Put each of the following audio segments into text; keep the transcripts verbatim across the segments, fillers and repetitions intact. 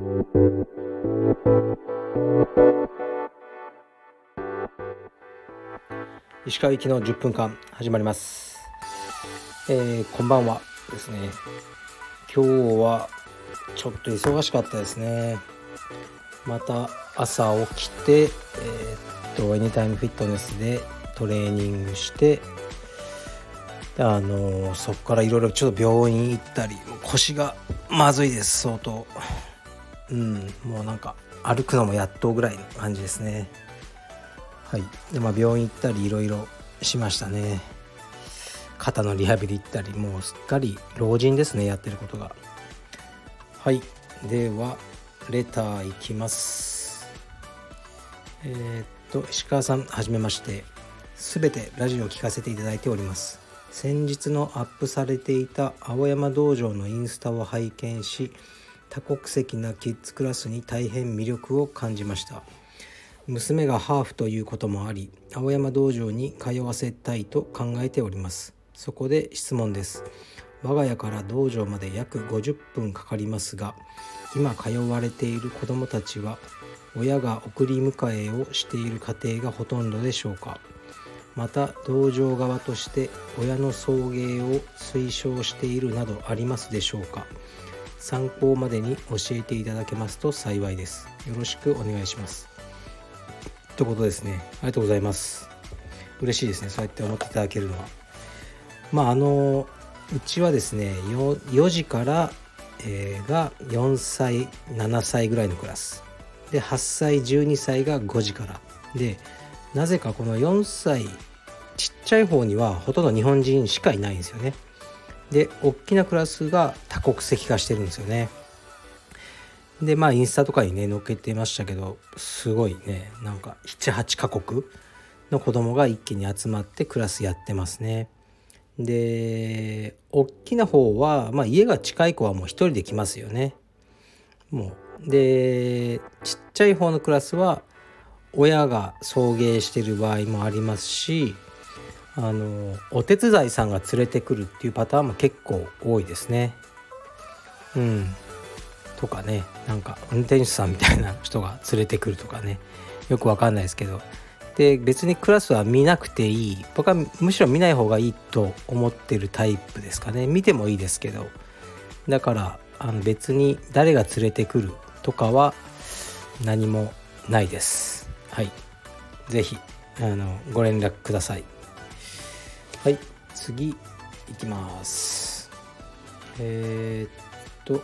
石川行きのじゅっぷんかん始まります。えー、こんばんはですね。今日はちょっと忙しかったですね。また朝起きて、えー、っとエニタイムフィットネスでトレーニングして、あのー、そこからいろいろちょっと病院行ったり、腰がまずいです相当。うんもうなんか歩くのもやっとぐらいの感じですね。はいで、まあ、病院行ったりいろいろしましたね。肩のリハビリ行ったり、もうすっかり老人ですね、やってることが。はいではレターいきます。えー、っと石川さん、はじめまして。すべてラジオを聞かせていただいております。先日のアップされていた青山道場のインスタを拝見し、多国籍なキッズクラスに大変魅力を感じました。娘がハーフということもあり、青山道場に通わせたいと考えております。そこで質問です。我が家から道場まで約ごじゅっぷんかかりますが、今通われている子どもたちは親が送り迎えをしている家庭がほとんどでしょうか。また道場側として親の送迎を推奨しているなどありますでしょうか。参考までに教えていただけますと幸いです。よろしくお願いします。ということですね。ありがとうございます。嬉しいですね、そうやって思っていただけるのは。まああのうちはですね 4, よじから、えー、がよんさいななさいぐらいのクラスで、はっさいじゅうにさいがごじからで、なぜかこのよんさいちっちゃい方にはほとんど日本人しかいないんですよね。で大きなクラスが多国籍化してるんですよね。でまあインスタとかにね載っけてましたけど、すごいね、なんかななはちカ国の子供が一気に集まってクラスやってますね。で大きな方は、まあ、家が近い子はもう一人で来ますよね。もうでちっちゃい方のクラスは親が送迎してる場合もありますし、あのお手伝いさんが連れてくるっていうパターンも結構多いですね。うんとかね、なんか運転手さんみたいな人が連れてくるとかね、よくわかんないですけど、で別にクラスは見なくていい、僕はむしろ見ない方がいいと思ってるタイプですかね。見てもいいですけど、だからあの別に誰が連れてくるとかは何もないです。はい、ぜひあのご連絡ください。はい、次いきます。えー、っと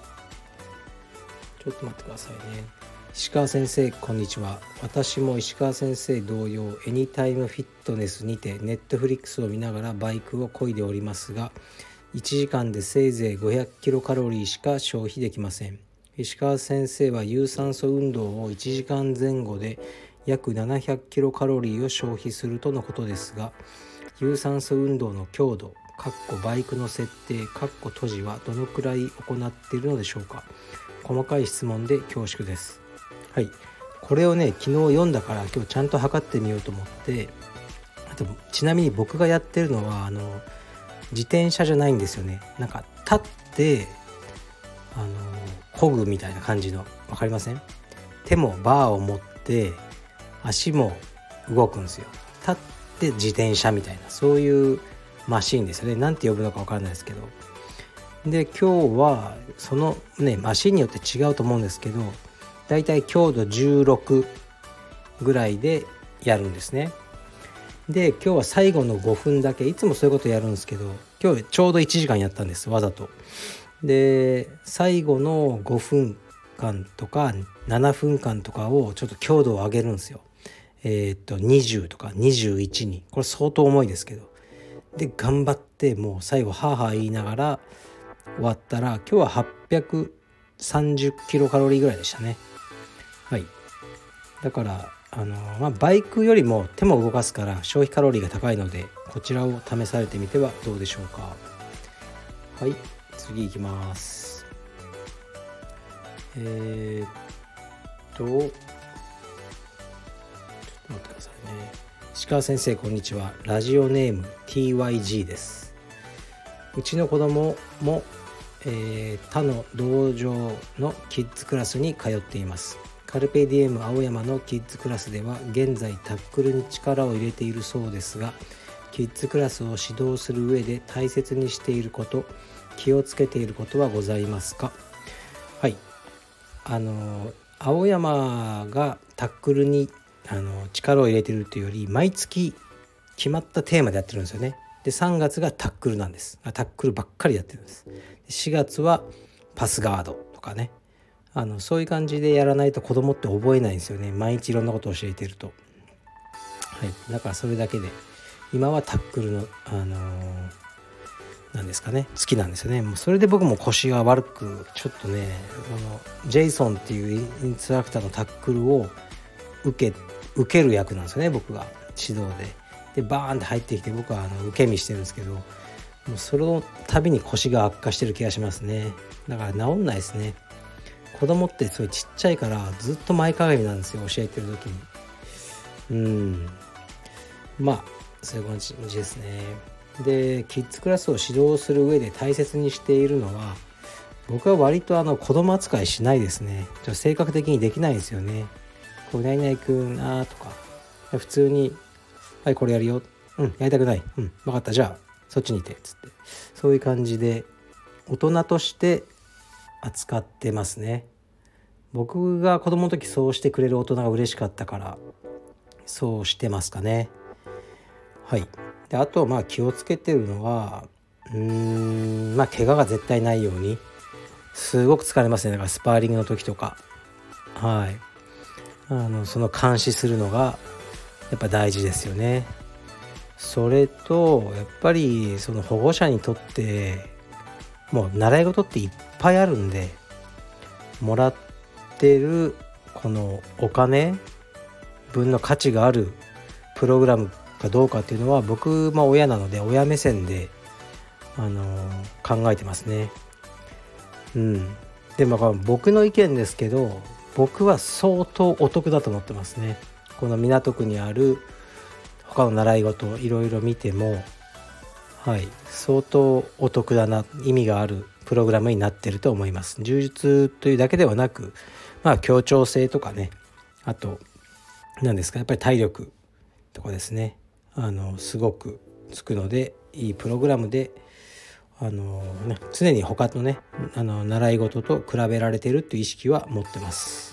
ちょっと待ってくださいね。石川先生、こんにちは。私も石川先生同様、エニタイムフィットネスにてネットフリックスを見ながらバイクを漕いでおりますが、いちじかんでせいぜいごひゃくキロカロリーしか消費できません。石川先生は有酸素運動をいちじかんぜん後で約ななひゃくキロカロリーを消費するとのことですが、有酸素運動の強度かっこバイクの設定かっこ閉じはどのくらい行っているのでしょうか。細かい質問で恐縮です。はい、これをね昨日読んだから今日ちゃんと測ってみようと思って、あとちなみに僕がやってるのはあの自転車じゃないんですよね。なんか立ってあの漕ぐみたいな感じの、わかりません？手もバーを持って足も動くんですよ。立って自転車みたいな、そういうマシーンですよね。なんて呼ぶのかわからないですけど、で今日はそのねマシンによって違うと思うんですけど、だいたい強度じゅうろくぐらいでやるんですね。で今日は最後のごふんだけ、いつもそういうことやるんですけど、今日ちょうどいちじかんやったんです、わざと。で最後のごふんかんとかななふんかんとかをちょっと強度を上げるんですよ。えー、っとにじゅうとかにじゅういちに、これ相当重いですけど、で頑張ってもう最後ハーハー言いながら終わったら、今日ははっぴゃくさんじゅうキロカロリーぐらいでしたね。はい、だからあの、まあ、バイクよりも手も動かすから消費カロリーが高いので、こちらを試されてみてはどうでしょうか。はい、次いきます。えー、っとちょっと待ってくださいね。石川先生、こんにちは。ラジオネーム ティーワイジー です。うちの子供もえー、他の道場のキッズクラスに通っています。カルペディエム青山のキッズクラスでは現在タックルに力を入れているそうですが、キッズクラスを指導する上で大切にしていること、気をつけていることはございますか？はい、あの青山がタックルにあの力を入れているというより、毎月決まったテーマでやってるんですよね。でさんがつがタックルなんです。タックルばっかりやってるんです。しがつはパスガードとかね、あのそういう感じでやらないと子供って覚えないんですよね。毎日いろんなことを教えてると。はい、だからそれだけで今はタックルのあのー、なんですかね、好きなんですよね。もうそれで僕も腰が悪く、ちょっとね、このジェイソンっていうインストラクターのタックルを受け受ける役なんですよね、僕が指導で。でバーンって入ってきて、僕はあの受け身してるんですけど、もうその度に腰が悪化してる気がしますね。だから治んないですね。子供ってすごいちっちゃいからずっと前かがみなんですよ、教えてる時に。うんまあそういう感じですね。でキッズクラスを指導する上で大切にしているのは、僕は割とあの子供扱いしないですね。ちょっと性格的にできないんですよね。こう何々くんあーとか普通にはいこれやるよ、うんやりたくない、うん分かったじゃあそっちにいてつって、そういう感じで大人として扱ってますね。僕が子供の時そうしてくれる大人が嬉しかったからそうしてますかね。はい。であとまあ気をつけてるのは、うーんまあ怪我が絶対ないように、すごく疲れますね。だからスパーリングの時とか、はいあのその監視するのがやっぱ大事ですよね。それとやっぱりその保護者にとってもう習い事っていっぱいあるんで、もらってるこのお金分の価値があるプログラムかどうかっていうのは、僕も親なので親目線であの考えてますね。うんでも僕の意見ですけど、僕は相当お得だと思ってますね。この港区にある他の習い事いろいろ見ても、はい相当お得だな、意味があるプログラムになっていると思います。充実というだけではなく、まあ協調性とかね、あと何ですか、やっぱり体力とかですね、あのすごくつくのでいいプログラムで、あの、ね、常に他のねあの習い事と比べられているという意識は持ってます。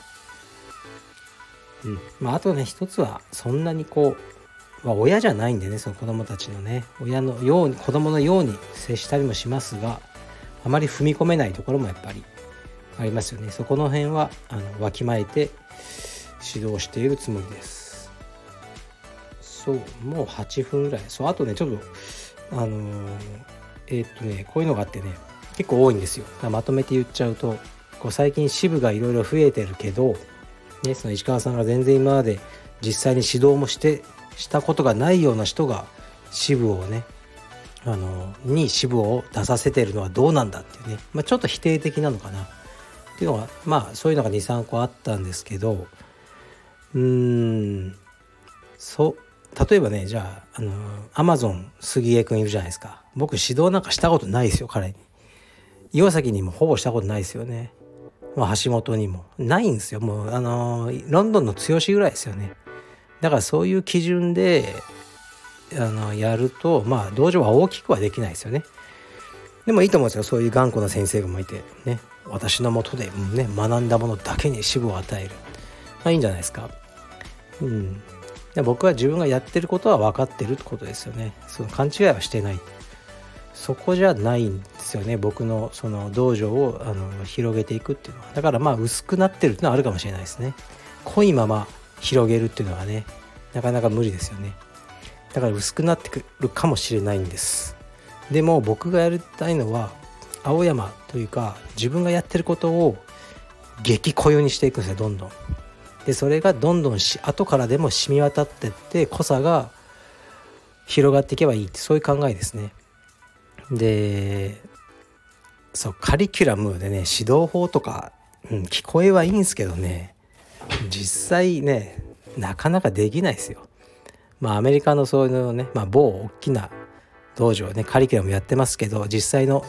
うんまあ、あとね一つはそんなにこう、まあ、親じゃないんでね、その子供たちのね親のように子供のように接したりもしますが、あまり踏み込めないところもやっぱりありますよね。そこの辺はあのわきまえて指導しているつもりです。そうもうはちふんぐらい。そうあとねちょっとあのー、えー、っとねこういうのがあってね結構多いんですよ。まとめて言っちゃうと、こう最近支部がいろいろ増えてるけど、ね、その石川さんが全然今まで実際に指導もしてしたことがないような人が支部をねあのに支部を出させてるのはどうなんだっていうね、まあ、ちょっと否定的なのかなっていうのは、まあそういうのが にさんこあったんですけど、うーんそう例えばね、じゃああのアマゾン杉江くんいるじゃないですか。僕指導なんかしたことないですよ。彼に岩崎にもほぼしたことないですよね。まあ、橋本にもないんですよ。もうあのロンドンの剛ぐらいですよね。だからそういう基準であのやると、まあ道場は大きくはできないですよね。でもいいと思うんですよ。そういう頑固な先生がもいてね、私の下で、ね、学んだものだけに支部を与える、まあいいんじゃないですか。うん。で僕は自分がやってることは分かってるってことですよね。その勘違いはしてない。そこじゃないんですよね。僕のその道場をあの広げていくっていうのは。だからまあ薄くなってるっていうのはあるかもしれないですね。濃いまま広げるっていうのはね、なかなか無理ですよね。だから薄くなってくるかもしれないんです。でも僕がやりたいのは青山というか、自分がやってることを激濃ゆにしていくんですよ、どんどん。でそれがどんどんし後からでも染み渡ってって濃さが広がっていけばいいって、そういう考えですね。でそうカリキュラムでね指導法とか、うん、聞こえはいいんですけどね、実際ねなかなかできないですよ。まあアメリカのそういうのね、まあ、某大きな道場ねカリキュラムやってますけど、実際の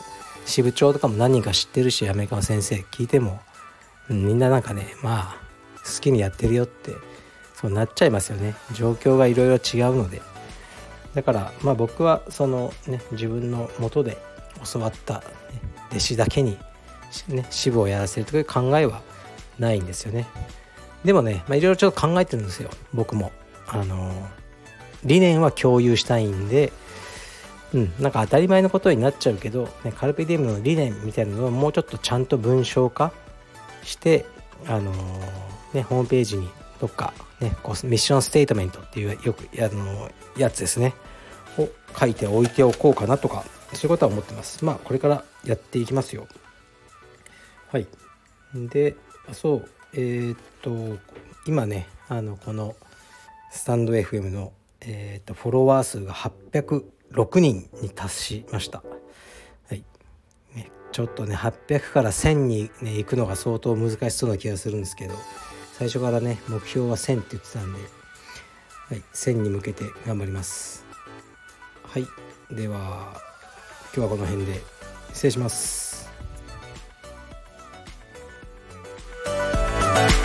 支部長とかも何人か知ってるし、アメリカの先生聞いても、うん、みんななんかね、まあ好きにやってるよってそうなっちゃいますよね。状況がいろいろ違うので。だからまあ僕はそのね、自分の元で教わった、ね、弟子だけに、ね、支部をやらせるという考えはないんですよね。でもね、まあ、いろいろちょっと考えてるんですよ、僕も。あの理念は共有したいんで、うん、なんか当たり前のことになっちゃうけど、ね、カルペディウムの理念みたいなのをもうちょっとちゃんと文章化して、あのーね、ホームページにどっか、ね、こうミッションステートメントっていうよくあのやつですねを書いておいておこうかなとか、そういうことは思ってます。まあこれからやっていきますよ。はい。で、そうえー、っと今ね、あのこのスタンド エフエム の、えー、っとフォロワー数がはっぴゃくろくにんに達しました。はいね、ちょっとねはっぴゃくからせんに、ね、行くのが相当難しそうな気がするんですけど、最初からね目標はせんって言ってたんで、はい、せんに向けて頑張ります。はい、では今日はこの辺で失礼します。